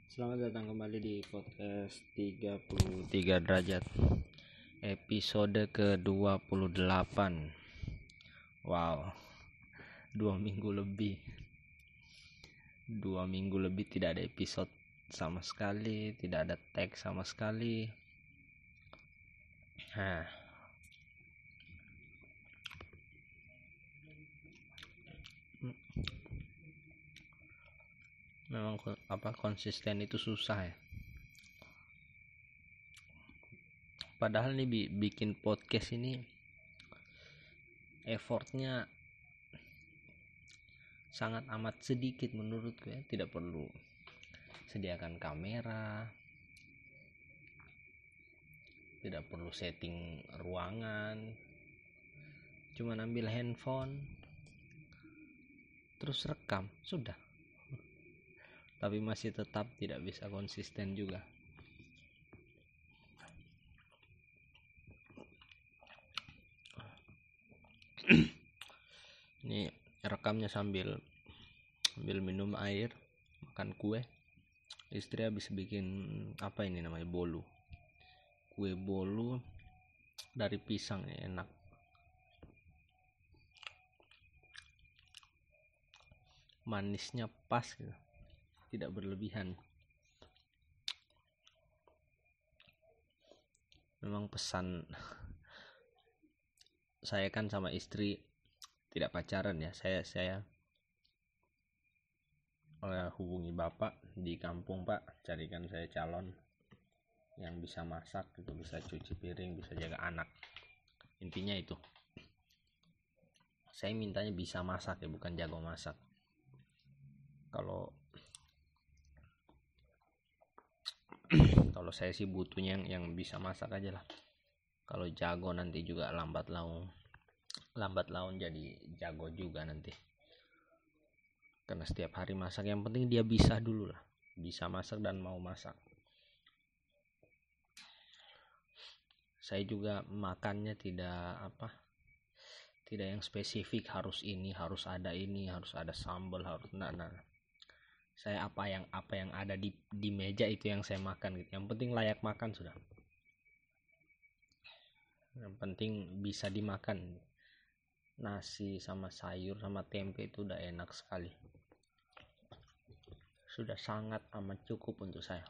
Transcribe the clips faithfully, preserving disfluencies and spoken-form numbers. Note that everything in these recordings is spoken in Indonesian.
Selamat datang kembali di podcast tiga puluh tiga derajat episode ke dua puluh delapan. Wow, dua minggu lebih Dua minggu lebih tidak ada episode sama sekali, tidak ada tag sama sekali. Nah, memang apa konsisten itu susah ya. Padahal nih bikin podcast ini effortnya sangat amat sedikit menurutku ya. Tidak perlu sediakan kamera, tidak perlu setting ruangan, cuma ambil handphone terus rekam, sudah. Tapi masih tetap tidak bisa konsisten juga. Ini rekamnya sambil sambil minum air, makan kue. Istri habis bikin apa ini namanya, bolu. Kue bolu dari pisang ya, enak. Manisnya pas gitu, tidak berlebihan. Memang pesan saya kan sama istri tidak pacaran ya. Saya saya oleh hubungi bapak di kampung, Pak, carikan saya calon yang bisa masak gitu, bisa cuci piring, bisa jaga anak. Intinya itu. Saya mintanya bisa masak ya, bukan jago masak. Kalau kalau saya sih butuhnya yang, yang bisa masak aja lah. Kalau jago nanti juga lambat laun lambat laun jadi jago juga nanti. Karena setiap hari masak, yang penting dia bisa dulu lah, bisa masak dan mau masak. Saya juga makannya tidak apa, tidak yang spesifik harus ini, harus ada ini, harus ada sambal, harus nah, nah. Saya apa yang apa yang ada di di meja itu yang saya makan gitu. Yang penting layak makan sudah. Yang penting bisa dimakan. Nasi sama sayur sama tempe itu udah enak sekali. Sudah sangat amat cukup untuk saya.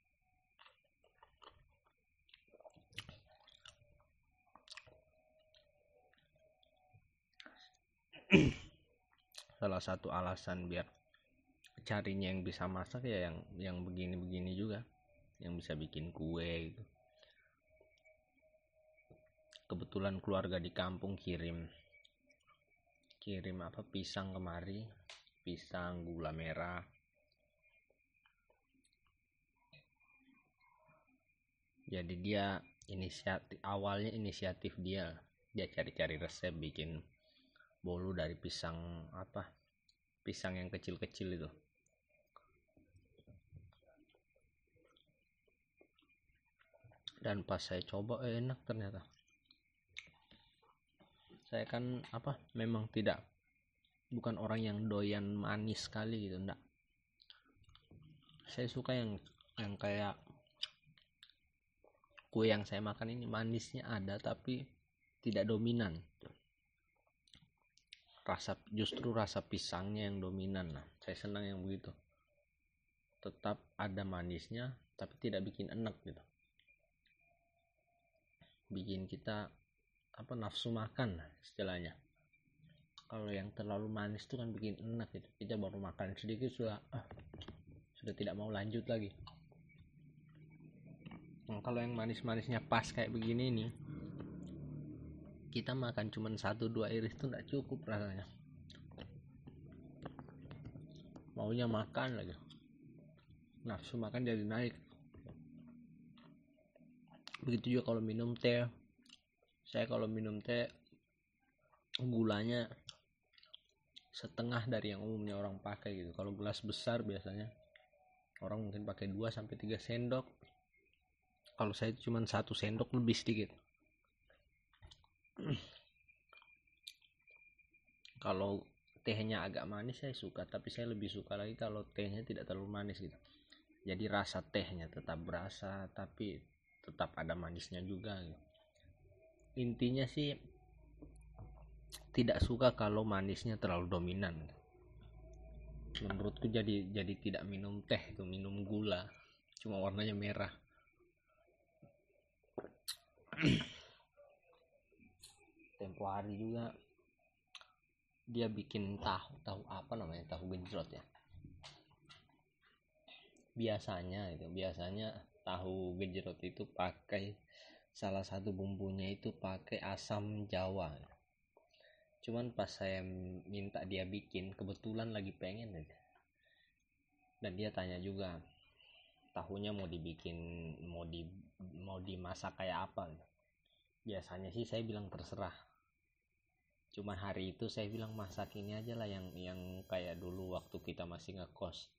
Salah satu alasan biar carinya yang bisa masak ya yang yang begini-begini juga, yang bisa bikin kue gitu. Kebetulan keluarga di kampung kirim kirim apa pisang kemari, pisang, gula merah. Jadi dia inisiatif, awalnya inisiatif dia dia cari-cari resep bikin bolu dari pisang apa, pisang yang kecil-kecil itu. Dan pas saya coba eh, enak ternyata. Saya kan apa, memang tidak bukan orang yang doyan manis sekali gitu, enggak. Saya suka yang yang kayak kue yang saya makan ini manisnya ada tapi tidak dominan. Rasa justru rasa pisangnya yang dominan. Nah, saya senang yang begitu. Tetap ada manisnya tapi tidak bikin enak gitu. Bikin kita apa, nafsu makan istilahnya. Kalau yang terlalu manis itu kan bikin enak gitu. Kita baru makan sedikit sudah ah, sudah tidak mau lanjut lagi. Nah, kalau yang manis-manisnya pas kayak begini nih, kita makan cuma satu dua iris itu nggak cukup rasanya. Maunya makan lagi. Nafsu makan jadi naik. Begitu juga kalau minum teh. Saya kalau minum teh gulanya setengah dari yang umumnya orang pakai gitu. Kalau gelas besar biasanya orang mungkin pakai dua sampai tiga sendok. Kalau saya cuma satu sendok lebih sedikit. Kalau tehnya agak manis saya suka, tapi saya lebih suka lagi kalau tehnya tidak terlalu manis gitu. Jadi rasa tehnya tetap berasa, tapi tetap ada manisnya juga. Intinya sih tidak suka kalau manisnya terlalu dominan. Menurutku jadi jadi tidak minum teh, itu minum gula, cuma warnanya merah. Tempo hari juga dia bikin tahu tahu apa namanya, tahu gejrot ya. Biasanya itu biasanya tahu gejrot itu pakai salah satu bumbunya itu pakai asam jawa. Cuman pas saya minta dia bikin, kebetulan lagi pengen aja. Dan dia tanya juga tahunya mau dibikin mau di mau dimasak kayak apa. Biasanya sih saya bilang terserah. Cuman hari itu saya bilang masak ini aja lah yang yang kayak dulu waktu kita masih ngekos.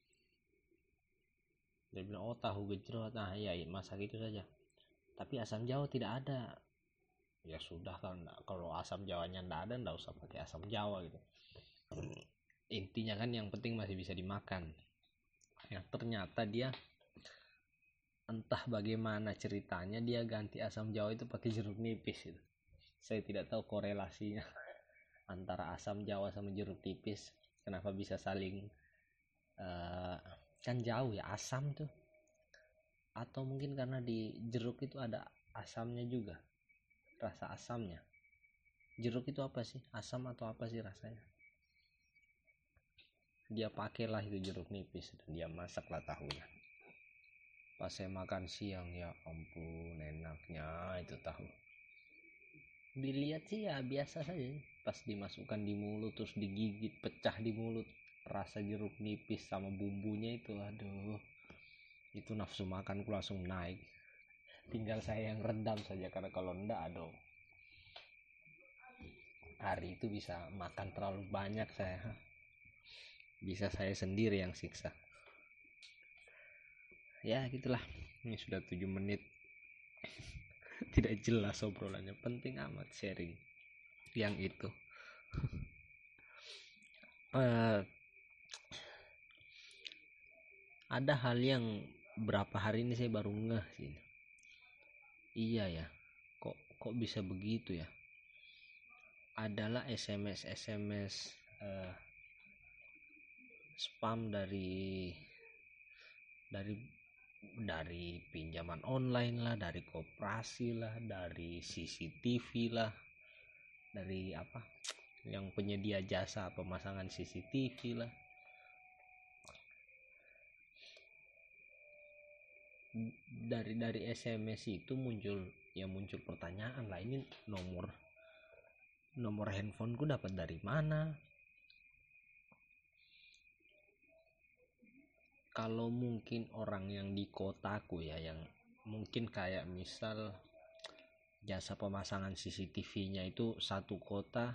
Dia bilang oh tahu gejrot, nah iya masak itu saja. Tapi asam jawa tidak ada. Ya sudah kan, kalau asam jawanya ndak ada ndak usah pakai asam jawa gitu. Intinya kan yang penting masih bisa dimakan. Ya ternyata dia entah bagaimana ceritanya dia ganti asam jawa itu pakai jeruk nipis gitu. Saya tidak tahu korelasinya antara asam jawa sama jeruk nipis, kenapa bisa saling uh, kan jauh ya asam tuh. Atau mungkin karena di jeruk itu ada asamnya juga, rasa asamnya. Jeruk itu apa sih, asam atau apa sih rasanya? Dia pakailah itu jeruk nipis dan dia masaklah tahunya. Pas saya makan siang, ya ampun enaknya itu tahu. Dilihat sih ya biasa saja, pas dimasukkan di mulut terus digigit pecah di mulut, rasa jeruk nipis sama bumbunya itu, aduh, itu nafsu makanku langsung naik. Tinggal saya yang redam saja, karena kalau enggak aduh, hari itu bisa makan terlalu banyak saya, bisa saya sendiri yang siksa. Ya gitulah, ini sudah tujuh menit. Tidak jelas obrolannya, penting amat sharing yang itu. uh, ada hal yang berapa hari ini saya baru ngeh sih. Iya ya, kok kok bisa begitu ya? Adalah S M S S M S uh, spam dari dari dari pinjaman online lah, dari koperasi lah, dari C C T V lah, dari apa yang penyedia jasa pemasangan C C T V lah. Dari dari S M S itu muncul ya muncul pertanyaan lah, ini nomor nomor handphoneku dapat dari mana? Kalau mungkin orang yang di kotaku ya, yang mungkin kayak misal jasa pemasangan C C T V-nya itu satu kota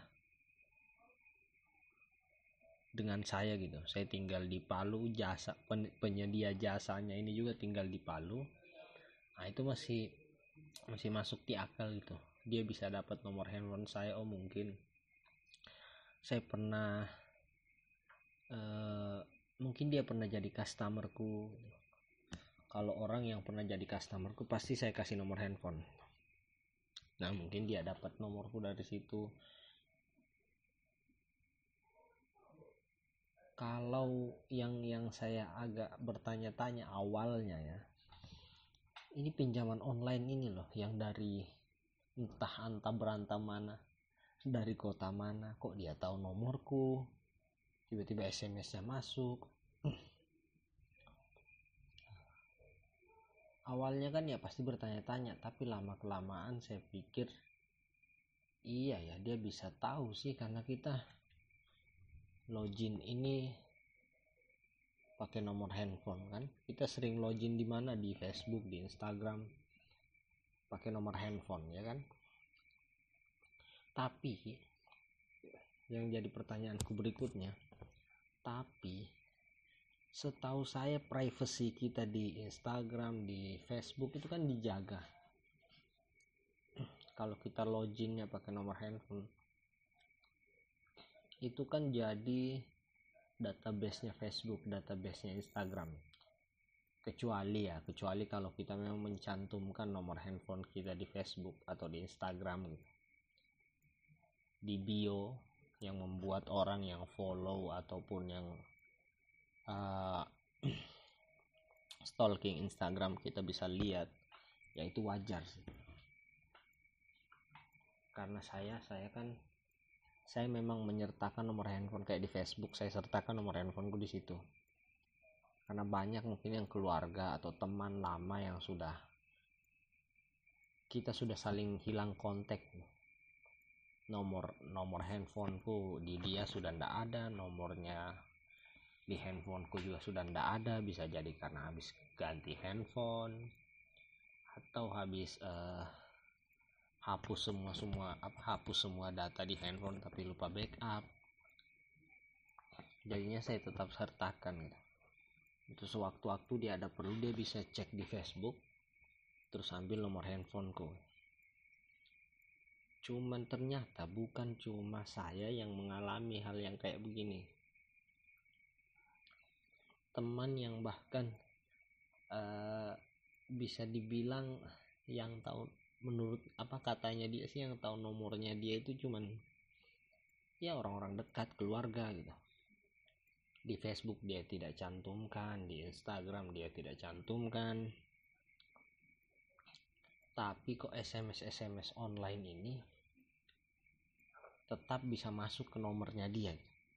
dengan saya gitu. Saya tinggal di Palu, jasa penyedia jasanya ini juga tinggal di Palu. Nah, itu masih masih masuk di akal gitu. Dia bisa dapat nomor handphone saya, oh mungkin saya pernah uh, mungkin dia pernah jadi customerku. Kalau orang yang pernah jadi customerku pasti saya kasih nomor handphone. Nah mungkin dia dapat nomorku dari situ. Kalau yang yang saya agak bertanya-tanya awalnya ya, ini pinjaman online ini loh, yang dari entah antah berantah mana, dari kota mana, kok dia tahu nomorku, tiba-tiba S M S-nya masuk. Awalnya kan ya pasti bertanya-tanya, tapi lama kelamaan saya pikir iya ya, dia bisa tahu sih karena kita login ini pakai nomor handphone kan. Kita sering login di mana, di Facebook, di Instagram, pakai nomor handphone ya kan. Tapi yang jadi pertanyaanku berikutnya, tapi setahu saya privacy kita di Instagram, di Facebook itu kan dijaga. Kalau kita loginnya pakai nomor handphone, itu kan jadi database-nya Facebook, database-nya Instagram. kecuali ya kecuali kalau kita memang mencantumkan nomor handphone kita di Facebook atau di Instagram gitu, di bio, yang membuat orang yang follow ataupun yang uh, stalking Instagram kita bisa lihat, ya itu wajar sih. Karena saya saya kan saya memang menyertakan nomor handphone kayak di Facebook, saya sertakan nomor handphoneku di situ. Karena banyak mungkin yang keluarga atau teman lama yang sudah kita sudah saling hilang kontak. Nomor nomor handphoneku di dia sudah ndak ada, nomornya di handphoneku juga sudah ndak ada. Bisa jadi karena habis ganti handphone atau habis uh, hapus semua semua hapus semua data di handphone tapi lupa backup. Jadinya saya tetap sertakan gitu. Itu sewaktu-waktu dia ada perlu, dia bisa cek di Facebook terus ambil nomor handphoneku. Cuman ternyata bukan cuma saya yang mengalami hal yang kayak begini. Teman yang bahkan uh, bisa dibilang yang tahu, menurut apa katanya dia sih, yang tahu nomornya dia itu cuman ya orang-orang dekat, keluarga gitu. Di Facebook dia tidak cantumkan, di Instagram dia tidak cantumkan. Tapi kok S M S S M S online ini tetap bisa masuk ke nomornya dia.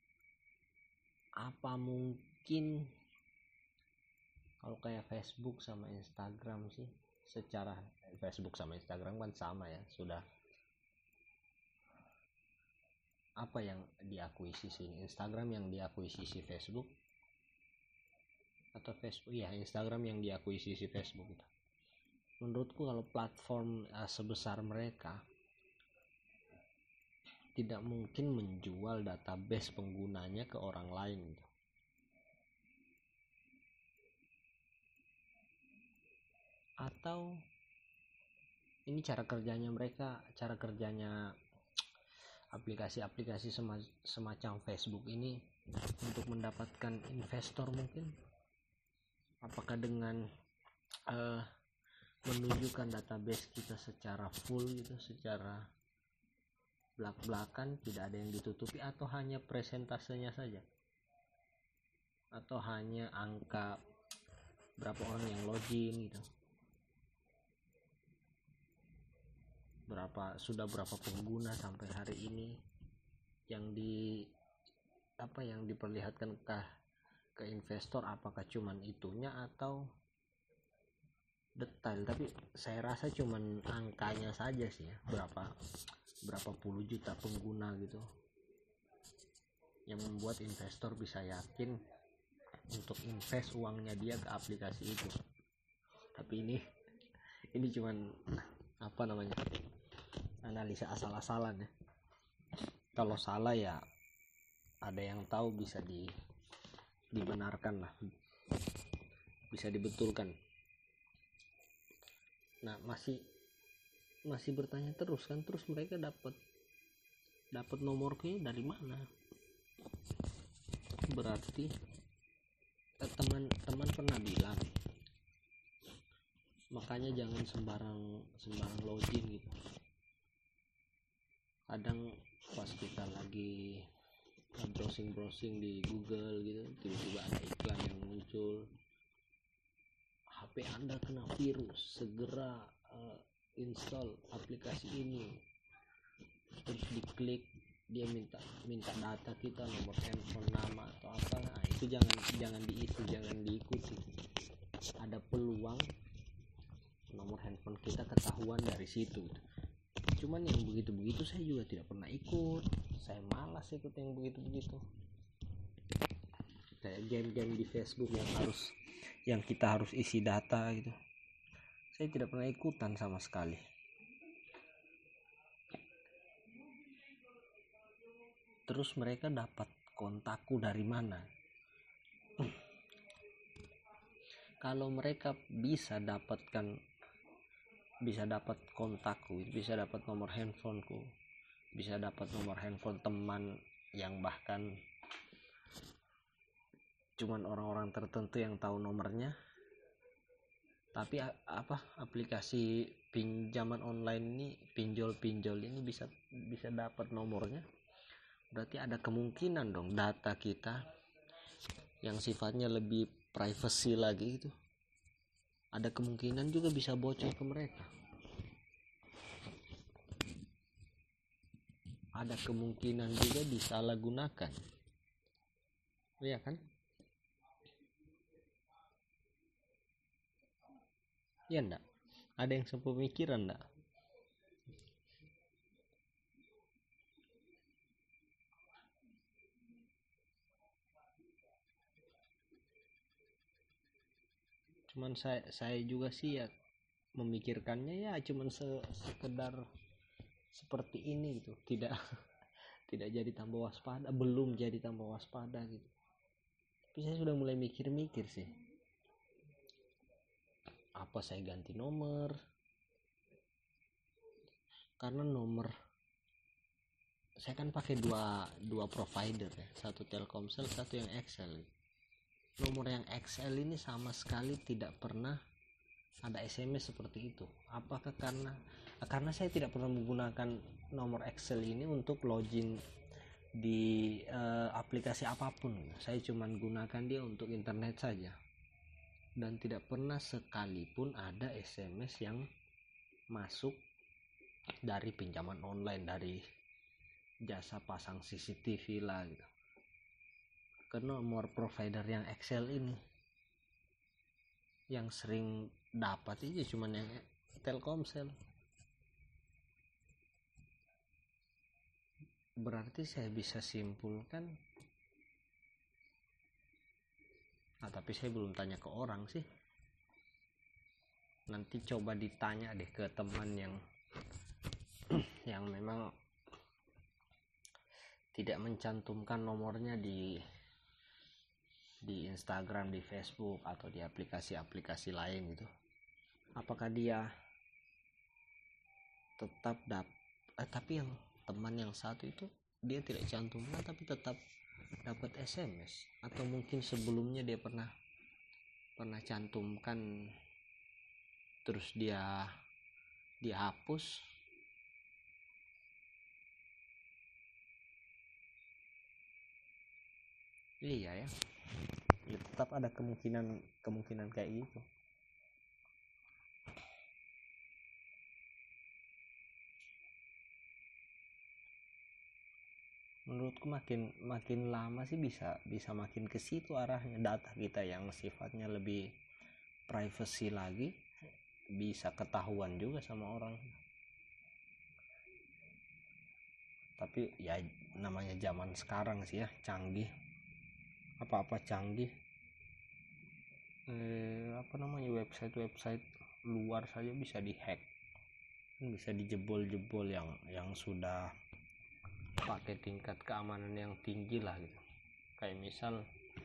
Apa mungkin kalau kayak Facebook sama Instagram sih, secara Facebook sama Instagram kan sama ya, sudah apa yang diakuisisi Instagram yang diakuisisi Facebook, atau Facebook ya Instagram yang diakuisisi Facebook gitu. Menurutku kalau platform uh, sebesar mereka tidak mungkin menjual database penggunanya ke orang lain gitu. Atau ini cara kerjanya mereka, cara kerjanya aplikasi-aplikasi semacam Facebook ini untuk mendapatkan investor mungkin. Apakah dengan uh, menunjukkan database kita secara full gitu, secara belak-belakan, tidak ada yang ditutupi, atau hanya presentasenya saja, atau hanya angka berapa orang yang login gitu, berapa sudah berapa pengguna sampai hari ini, yang di apa yang diperlihatkan ke ke investor, apakah cuman itunya atau detail. Tapi saya rasa cuman angkanya saja sih ya, berapa berapa puluh juta pengguna gitu, yang membuat investor bisa yakin untuk invest uangnya dia ke aplikasi itu. Tapi ini ini cuman apa namanya, analisa asal-asalan ya. Kalau salah ya ada yang tahu, bisa di dibenarkan lah, bisa dibetulkan. Nah masih masih bertanya terus kan, terus mereka dapat dapat nomornya dari mana? Berarti eh, teman-teman pernah bilang, makanya jangan sembarang sembarang login gitu. Kadang pas kita lagi browsing-browsing di Google gitu, tiba-tiba ada iklan yang muncul, H P Anda kena virus, segera uh, install aplikasi ini. Terus diklik, dia minta minta data kita, nomor handphone, nama atau apa. Nah, itu jangan jangan diisi, jangan diikuti. Ada peluang nomor handphone kita ketahuan dari situ. Cuman yang begitu-begitu saya juga tidak pernah ikut. Saya malas ikut yang begitu-begitu. Kayak game-game di Facebook yang harus yang kita harus isi data gitu, saya tidak pernah ikutan sama sekali. Terus mereka dapat kontakku dari mana? Kalau mereka bisa dapatkan bisa dapat kontakku, bisa dapat nomor handphoneku, bisa dapat nomor handphone teman yang bahkan cuman orang-orang tertentu yang tahu nomornya, Tapi apa aplikasi pinjaman online ini, pinjol-pinjol ini bisa bisa dapat nomornya, berarti ada kemungkinan dong data kita yang sifatnya lebih privacy lagi itu, ada kemungkinan juga bisa bocor ke mereka. Ada kemungkinan juga disalahgunakan. Iya kan? Iya enggak? Ada yang sepemikiran enggak? Cuman saya saya juga sih ya memikirkannya ya cuman se- sekedar seperti ini gitu, tidak tidak jadi tambah waspada, belum jadi tambah waspada gitu. Tapi saya sudah mulai mikir-mikir sih, apa saya ganti nomor, karena nomor saya kan pakai dua dua provider ya, satu Telkomsel, satu yang X L. Nomor yang X L ini sama sekali tidak pernah ada S M S seperti itu. Apakah karena karena saya tidak pernah menggunakan nomor X L ini untuk login di uh, aplikasi apapun. Saya cuma gunakan dia untuk internet saja, dan tidak pernah sekalipun ada S M S yang masuk dari pinjaman online, dari jasa pasang C C T V lah gitu, ke nomor provider yang X L ini. Yang sering dapat aja cuman yang Telkomsel. Berarti saya bisa simpulkan, nah tapi saya belum tanya ke orang sih, nanti coba ditanya deh ke teman yang yang memang tidak mencantumkan nomornya di di Instagram, di Facebook, atau di aplikasi-aplikasi lain gitu. Apakah dia tetap dap eh, tapi yang teman yang satu itu dia tidak cantumkan tapi tetap dapat S M S, atau mungkin sebelumnya dia pernah pernah cantumkan terus dia dihapus. Iya ya, ya tetap ada kemungkinan kemungkinan kayak gitu. Menurutku makin makin lama sih bisa bisa makin ke situ arahnya. Data kita yang sifatnya lebih privacy lagi bisa ketahuan juga sama orang. Tapi ya namanya zaman sekarang sih ya, canggih, apa-apa canggih. eh, apa namanya website-website luar saja bisa dihack, bisa dijebol-jebol yang yang sudah pakai tingkat keamanan yang tinggi lah gitu. Kayak misal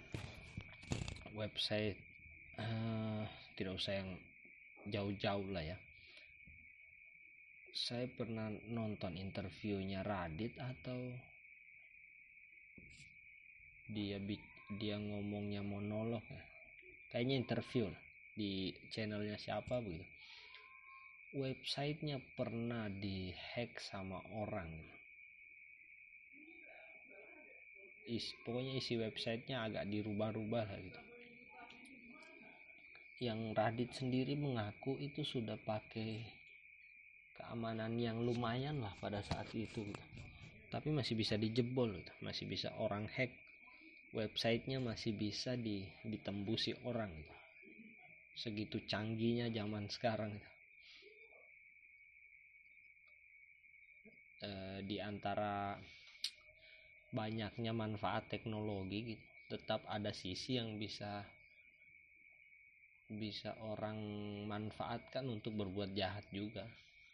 website uh, tidak usah yang jauh-jauh lah ya. Saya pernah nonton interviewnya Radit, atau dia dia ngomongnya monolog ya, kayaknya interview lah di channelnya siapa begitu. Websitenya pernah dihack sama orang. Is, pokoknya isi websitenya agak dirubah-rubah lah gitu. Yang Radit sendiri mengaku itu sudah pakai keamanan yang lumayan lah pada saat itu gitu. Tapi masih bisa dijebol gitu. Masih bisa orang hack websitenya, masih bisa di, ditembusi orang gitu. Segitu canggihnya zaman sekarang gitu. E, di antara banyaknya manfaat teknologi gitu, tetap ada sisi yang bisa bisa orang manfaatkan untuk berbuat jahat juga.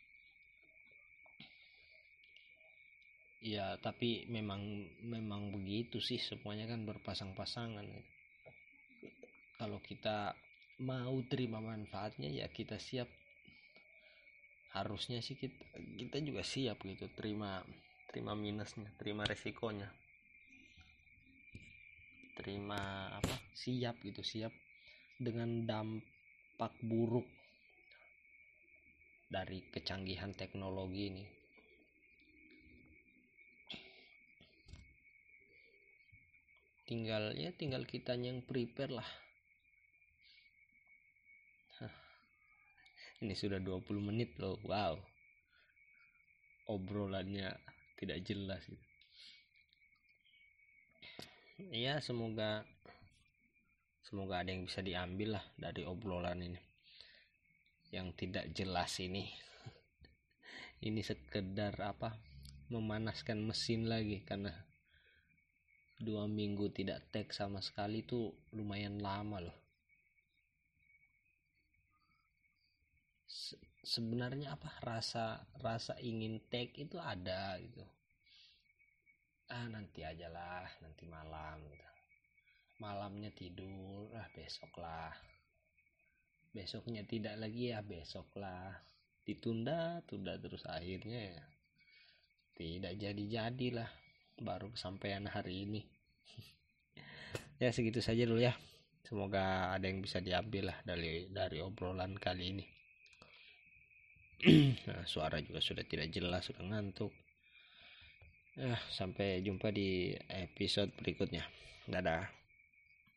Ya tapi memang memang begitu sih, semuanya kan berpasang-pasangan gitu. Kalau kita mau terima manfaatnya ya kita siap, harusnya sih kita kita juga siap gitu, terima terima minusnya, terima resikonya, terima apa siap gitu, siap dengan damp dampak buruk dari kecanggihan teknologi ini. Tinggal ya tinggal kita yang prepare lah. Hah, ini sudah dua puluh menit loh. Wow. Obrolannya tidak jelas gitu. Ya semoga semoga ada yang bisa diambil lah dari obrolan ini yang tidak jelas ini. Ini sekedar apa, memanaskan mesin lagi, karena dua minggu tidak tag sama sekali tuh lumayan lama loh. Se- sebenarnya apa, rasa rasa ingin tag itu ada gitu. Ah nanti aja lah, nanti malam gitu. Malamnya tidur, ah besok lah. Besoknya tidak lagi, ya besok lah. Ditunda, tunda terus, akhirnya ya tidak jadi-jadilah. Baru kesampaian hari ini. Ya segitu saja dulu ya. Semoga ada yang bisa diambil lah dari dari obrolan kali ini. Nah, suara juga sudah tidak jelas, sudah ngantuk. Ya, sampai jumpa di episode berikutnya. Dadah.